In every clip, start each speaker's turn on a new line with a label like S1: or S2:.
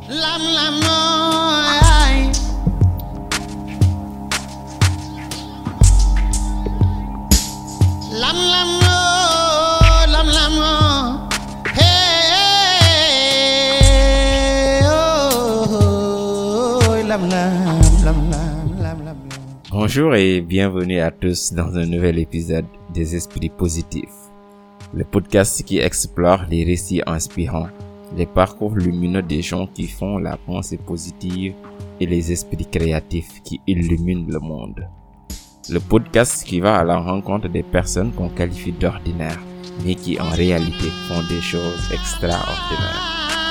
S1: Lam lam no ay. Lam lam no, lam lam no. Hey, oh, lam lam lam lam lam lam.
S2: Bonjour et bienvenue à tous dans un nouvel épisode des Esprits Positifs, le podcast qui explore les récits inspirants, les parcours lumineux des gens qui font la pensée positive et les esprits créatifs qui illuminent le monde. Le podcast qui va à la rencontre des personnes qu'on qualifie d'ordinaires, mais qui en réalité font des choses extraordinaires.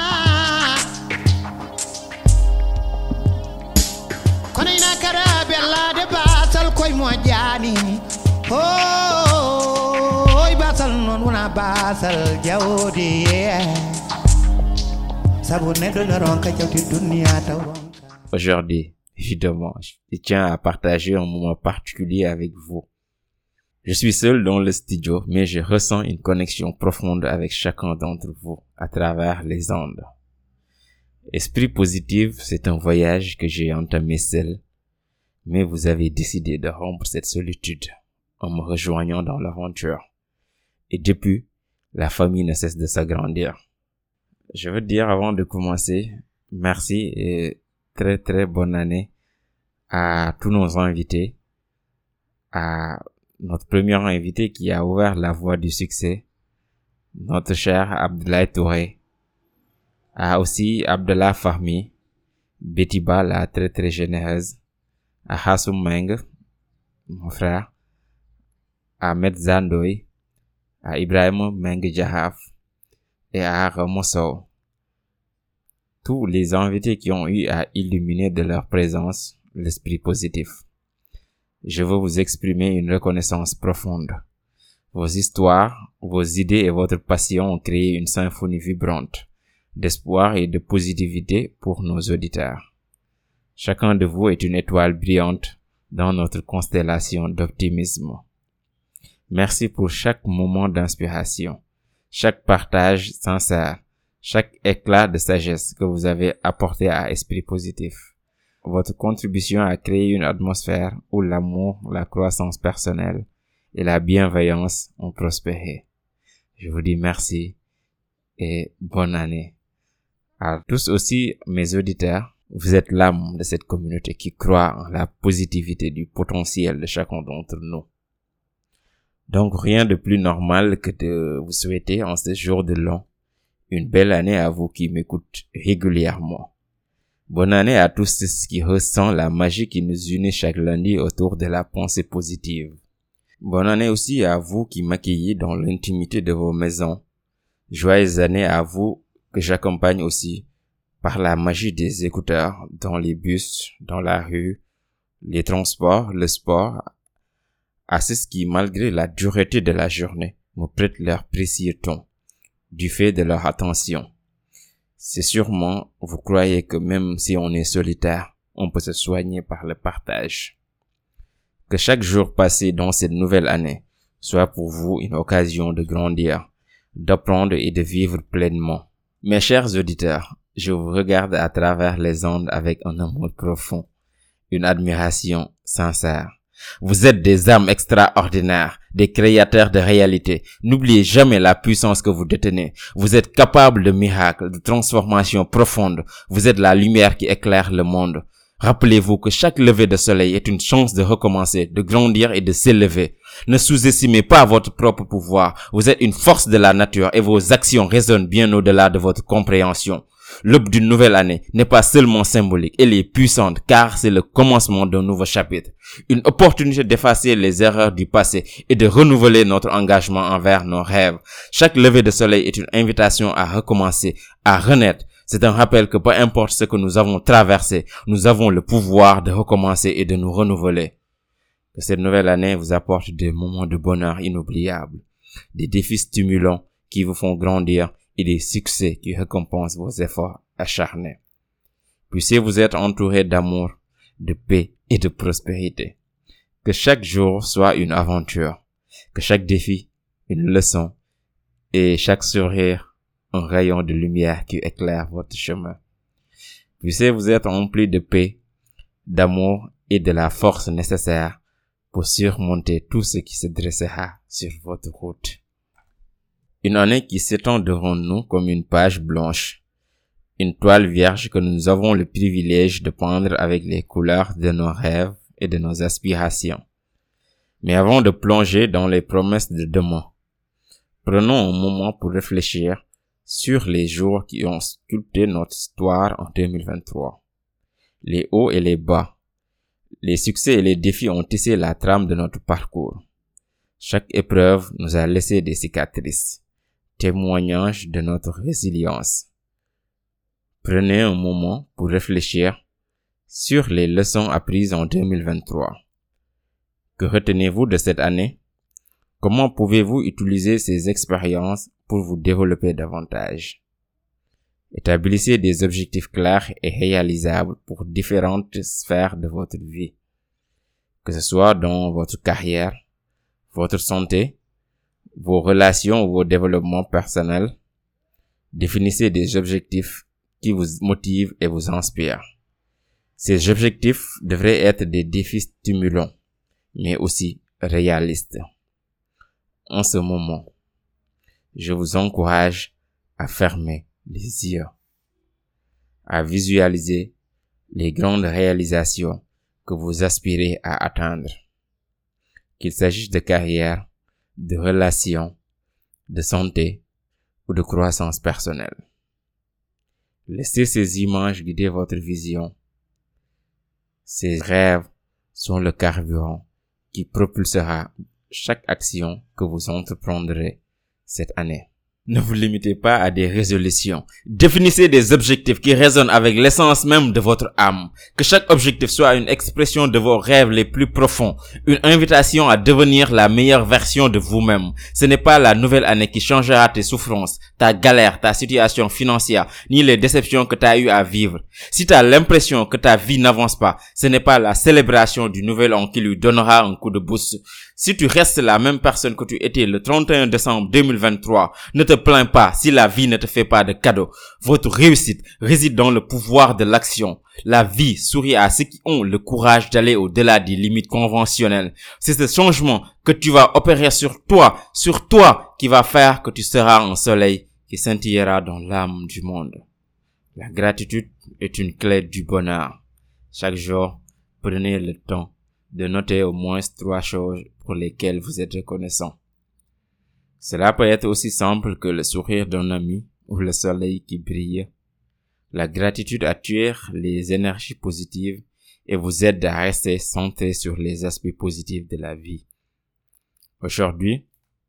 S2: Aujourd'hui, évidemment, je tiens à partager un moment particulier avec vous. Je suis seul dans le studio, mais je ressens une connexion profonde avec chacun d'entre vous à travers les ondes. Esprit Positif, c'est un voyage que j'ai entamé seul, mais vous avez décidé de rompre cette solitude en me rejoignant dans l'aventure. Et depuis, la famille ne cesse de s'agrandir. Je veux dire avant de commencer, merci et très très bonne année à tous nos invités, à notre premier invité qui a ouvert la voie du succès, notre cher Abdoulaye Touré, à aussi Abdallah Fahmi, Betty Ba la très très généreuse, à Hassoum Meng, mon frère, à Ahmed Zandoy, à Ibrahim Meng Jahaf et à Ramoso. Tous les invités qui ont eu à illuminer de leur présence l'esprit positif. Je veux vous exprimer une reconnaissance profonde. Vos histoires, vos idées et votre passion ont créé une symphonie vibrante d'espoir et de positivité pour nos auditeurs. Chacun de vous est une étoile brillante dans notre constellation d'optimisme. Merci pour chaque moment d'inspiration, chaque partage sincère, chaque éclat de sagesse que vous avez apporté à Esprit Positif. Votre contribution a créé une atmosphère où l'amour, la croissance personnelle et la bienveillance ont prospéré. Je vous dis merci et bonne année. À tous aussi, mes auditeurs, vous êtes l'âme de cette communauté qui croit en la positivité du potentiel de chacun d'entre nous. Donc rien de plus normal que de vous souhaiter en ce jour de l'an une belle année à vous qui m'écoutent régulièrement. Bonne année à tous ceux qui ressentent la magie qui nous unit chaque lundi autour de la pensée positive. Bonne année aussi à vous qui m'accueillez dans l'intimité de vos maisons. Joyeuse année à vous que j'accompagne aussi par la magie des écouteurs dans les bus, dans la rue, les transports, le sport, à ceux qui, malgré la dureté de la journée, me prêtent leur précieux temps, du fait de leur attention. C'est sûrement, vous croyez que même si on est solitaire, on peut se soigner par le partage. Que chaque jour passé dans cette nouvelle année soit pour vous une occasion de grandir, d'apprendre et de vivre pleinement. Mes chers auditeurs, je vous regarde à travers les ondes avec un amour profond, une admiration sincère. Vous êtes des âmes extraordinaires, des créateurs de réalité. N'oubliez jamais la puissance que vous détenez. Vous êtes capables de miracles, de transformations profondes. Vous êtes la lumière qui éclaire le monde. Rappelez-vous que chaque lever de soleil est une chance de recommencer, de grandir et de s'élever. Ne sous-estimez pas votre propre pouvoir. Vous êtes une force de la nature et vos actions résonnent bien au-delà de votre compréhension. L'aube d'une nouvelle année n'est pas seulement symbolique, elle est puissante car c'est le commencement d'un nouveau chapitre. Une opportunité d'effacer les erreurs du passé et de renouveler notre engagement envers nos rêves. Chaque lever de soleil est une invitation à recommencer, à renaître. C'est un rappel que peu importe ce que nous avons traversé, nous avons le pouvoir de recommencer et de nous renouveler. Que cette nouvelle année vous apporte des moments de bonheur inoubliables, des défis stimulants qui vous font grandir et des succès qui récompensent vos efforts acharnés. Puissiez-vous être entouré d'amour, de paix et de prospérité. Que chaque jour soit une aventure, que chaque défi une leçon et chaque sourire un rayon de lumière qui éclaire votre chemin. Puissiez-vous être emplis de paix, d'amour et de la force nécessaire pour surmonter tout ce qui se dressera sur votre route. Une année qui s'étend devant nous comme une page blanche, une toile vierge que nous avons le privilège de peindre avec les couleurs de nos rêves et de nos aspirations. Mais avant de plonger dans les promesses de demain, prenons un moment pour réfléchir sur les jours qui ont sculpté notre histoire en 2023. Les hauts et les bas, les succès et les défis ont tissé la trame de notre parcours. Chaque épreuve nous a laissé des cicatrices, témoignages de notre résilience. Prenez un moment pour réfléchir sur les leçons apprises en 2023. Que retenez-vous de cette année? Comment pouvez-vous utiliser ces expériences pour vous développer davantage? Établissez des objectifs clairs et réalisables pour différentes sphères de votre vie, que ce soit dans votre carrière, votre santé, vos relations ou vos développements personnels. Définissez des objectifs qui vous motivent et vous inspirent. Ces objectifs devraient être des défis stimulants, mais aussi réalistes. En ce moment, je vous encourage à fermer les yeux, à visualiser les grandes réalisations que vous aspirez à atteindre. Qu'il s'agisse de carrière, de relations, de santé ou de croissance personnelle. Laissez ces images guider votre vision. Ces rêves sont le carburant qui propulsera chaque action que vous entreprendrez cette année. Ne vous limitez pas à des résolutions. Définissez des objectifs qui résonnent avec l'essence même de votre âme. Que chaque objectif soit une expression de vos rêves les plus profonds, une invitation à devenir la meilleure version de vous-même. Ce n'est pas la nouvelle année qui changera tes souffrances, ta galère, ta situation financière, ni les déceptions que tu as eu à vivre. Si tu as l'impression que ta vie n'avance pas, ce n'est pas la célébration du nouvel an qui lui donnera un coup de boost. Si tu restes la même personne que tu étais le 31 décembre 2023, ne te plains pas si la vie ne te fait pas de cadeau. Votre réussite réside dans le pouvoir de l'action. La vie sourit à ceux qui ont le courage d'aller au-delà des limites conventionnelles. C'est ce changement que tu vas opérer sur toi, qui va faire que tu seras un soleil qui scintillera dans l'âme du monde. La gratitude est une clé du bonheur. Chaque jour, prenez le temps de noter au moins 3 choses pour lesquelles vous êtes reconnaissant. Cela peut être aussi simple que le sourire d'un ami ou le soleil qui brille. La gratitude attire les énergies positives et vous aide à rester centré sur les aspects positifs de la vie. Aujourd'hui,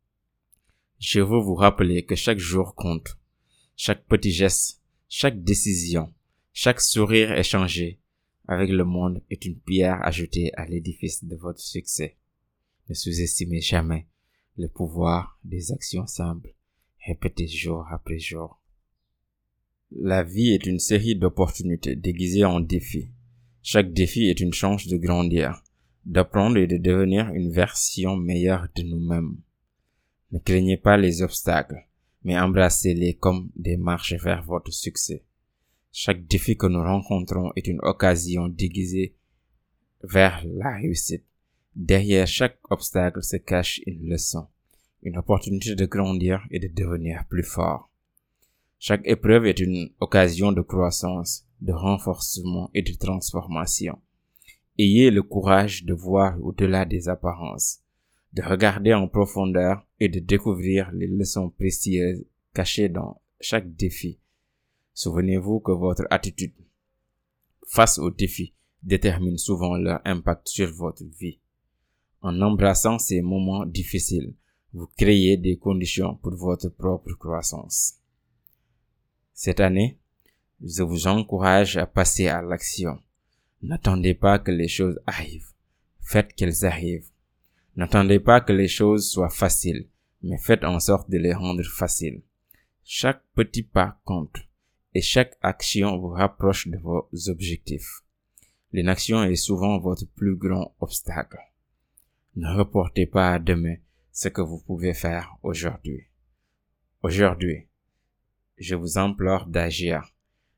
S2: je veux vous rappeler que chaque jour compte. Chaque petit geste, chaque décision, chaque sourire échangé avec le monde est une pierre ajoutée à l'édifice de votre succès. Ne sous-estimez jamais le pouvoir des actions simples, répétées jour après jour. La vie est une série d'opportunités déguisées en défis. Chaque défi est une chance de grandir, d'apprendre et de devenir une version meilleure de nous-mêmes. Ne craignez pas les obstacles, mais embrassez-les comme des marches vers votre succès. Chaque défi que nous rencontrons est une occasion déguisée vers la réussite. Derrière chaque obstacle se cache une leçon, une opportunité de grandir et de devenir plus fort. Chaque épreuve est une occasion de croissance, de renforcement et de transformation. Ayez le courage de voir au-delà des apparences, de regarder en profondeur et de découvrir les leçons précieuses cachées dans chaque défi. Souvenez-vous que votre attitude face aux défis détermine souvent leur impact sur votre vie. En embrassant ces moments difficiles, vous créez des conditions pour votre propre croissance. Cette année, je vous encourage à passer à l'action. N'attendez pas que les choses arrivent. Faites qu'elles arrivent. N'attendez pas que les choses soient faciles, mais faites en sorte de les rendre faciles. Chaque petit pas compte et chaque action vous rapproche de vos objectifs. L'inaction est souvent votre plus grand obstacle. Ne reportez pas à demain ce que vous pouvez faire aujourd'hui. Aujourd'hui, je vous implore d'agir,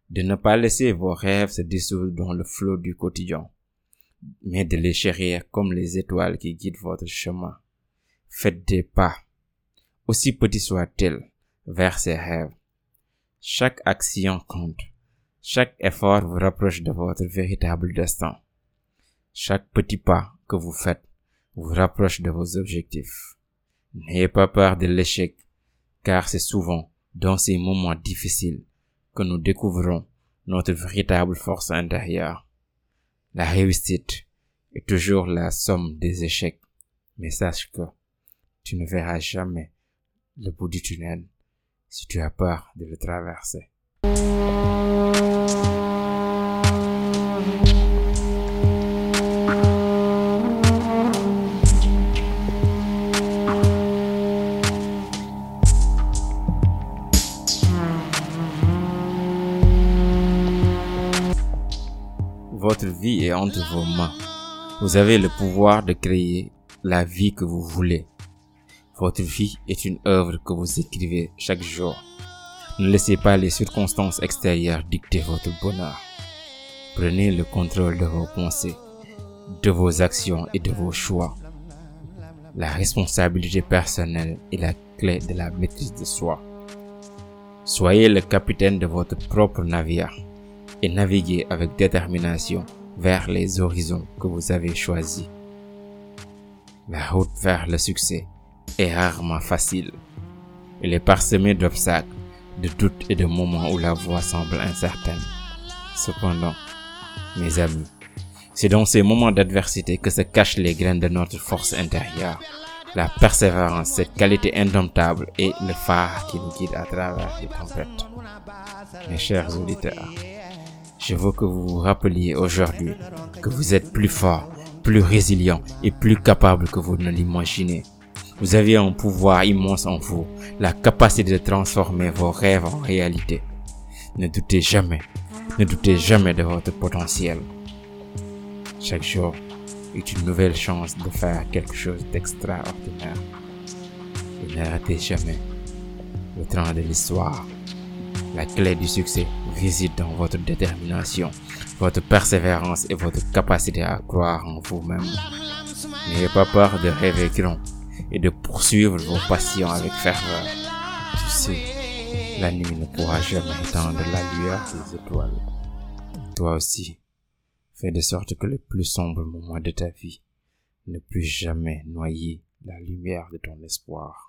S2: de ne pas laisser vos rêves se dissoudre dans le flot du quotidien, mais de les chérir comme les étoiles qui guident votre chemin. Faites des pas, aussi petits soient-ils, vers ces rêves. Chaque action compte. Chaque effort vous rapproche de votre véritable destin. Chaque petit pas que vous faites vous rapproche de vos objectifs. N'ayez pas peur de l'échec, car c'est souvent dans ces moments difficiles que nous découvrons notre véritable force intérieure. La réussite est toujours la somme des échecs, mais sache que tu ne verras jamais le bout du tunnel si tu as peur de le traverser. Votre vie est entre vos mains. Vous avez le pouvoir de créer la vie que vous voulez. Votre vie est une œuvre que vous écrivez chaque jour. Ne laissez pas les circonstances extérieures dicter votre bonheur. Prenez le contrôle de vos pensées, de vos actions et de vos choix. La responsabilité personnelle est la clé de la maîtrise de soi. Soyez le capitaine de votre propre navire et naviguez avec détermination vers les horizons que vous avez choisis. La route vers le succès est rarement facile. Elle est parsemée d'obstacles, de doutes et de moments où la voie semble incertaine. Cependant, mes amis, c'est dans ces moments d'adversité que se cachent les graines de notre force intérieure. La persévérance, cette qualité indomptable, est le phare qui nous guide à travers les tempêtes. Mes chers auditeurs, je veux que vous vous rappeliez aujourd'hui que vous êtes plus fort, plus résilient et plus capable que vous ne l'imaginez. Vous avez un pouvoir immense en vous, la capacité de transformer vos rêves en réalité. Ne doutez jamais de votre potentiel. Chaque jour est une nouvelle chance de faire quelque chose d'extraordinaire. Et ne ratez jamais le train de l'histoire. La clé du succès réside dans votre détermination, votre persévérance et votre capacité à croire en vous-même. N'ayez pas peur de rêver grand et de poursuivre vos passions avec ferveur. Tu sais, la nuit ne pourra jamais éteindre la lueur des étoiles. Toi aussi, fais de sorte que le plus sombre moment de ta vie ne puisse jamais noyer la lumière de ton espoir.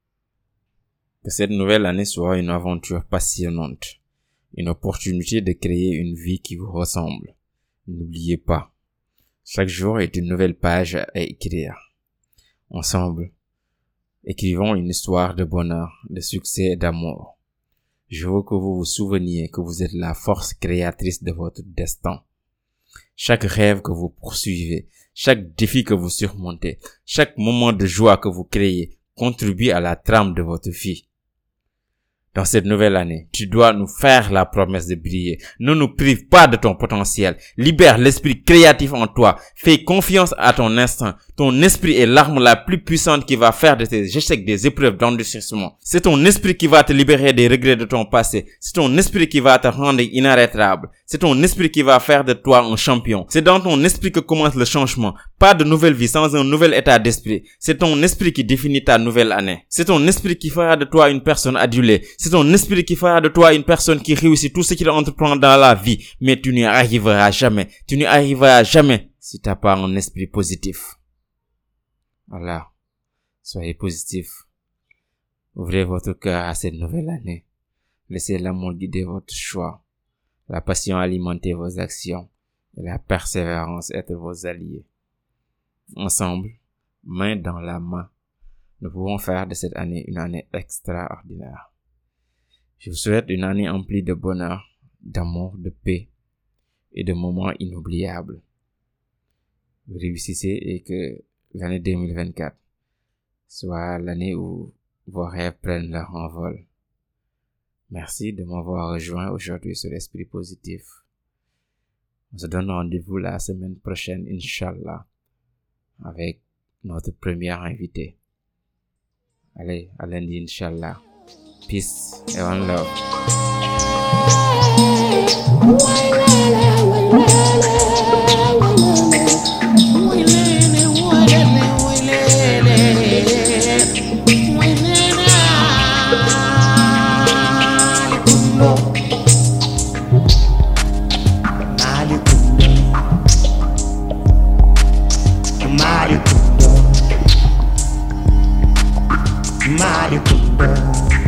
S2: Que cette nouvelle année soit une aventure passionnante, une opportunité de créer une vie qui vous ressemble. N'oubliez pas, chaque jour est une nouvelle page à écrire. Ensemble, écrivons une histoire de bonheur, de succès et d'amour. Je veux que vous vous souveniez que vous êtes la force créatrice de votre destin. Chaque rêve que vous poursuivez, chaque défi que vous surmontez, chaque moment de joie que vous créez contribue à la trame de votre vie. Dans cette nouvelle année, tu dois nous faire la promesse de briller. Ne nous prive pas de ton potentiel. Libère l'esprit créatif en toi. Fais confiance à ton instinct. Ton esprit est l'arme la plus puissante qui va faire de tes échecs des épreuves d'endurcissement. C'est ton esprit qui va te libérer des regrets de ton passé. C'est ton esprit qui va te rendre inarrêtable. C'est ton esprit qui va faire de toi un champion. C'est dans ton esprit que commence le changement. Pas de nouvelle vie sans un nouvel état d'esprit. C'est ton esprit qui définit ta nouvelle année. C'est ton esprit qui fera de toi une personne adulée. C'est ton esprit qui fera de toi une personne qui réussit tout ce qu'il entreprend dans la vie. Mais tu n'y arriveras jamais. Tu n'y arriveras jamais si tu n'as pas un esprit positif. Voilà. Soyez positif. Ouvrez votre cœur à cette nouvelle année. Laissez l'amour guider votre choix. La passion alimenter vos actions. Et la persévérance être vos alliés. Ensemble, main dans la main, nous pouvons faire de cette année une année extraordinaire. Je vous souhaite une année emplie de bonheur, d'amour, de paix et de moments inoubliables. Vous réussissez et que l'année 2024 soit l'année où vos rêves prennent leur envol. Merci de m'avoir rejoint aujourd'hui sur l'Esprit Positif. On se donne rendez-vous la semaine prochaine, Inch'Allah, avec notre premier invité. Allez, à lundi, Inch'Allah. Peace and one love.
S1: Maricondo,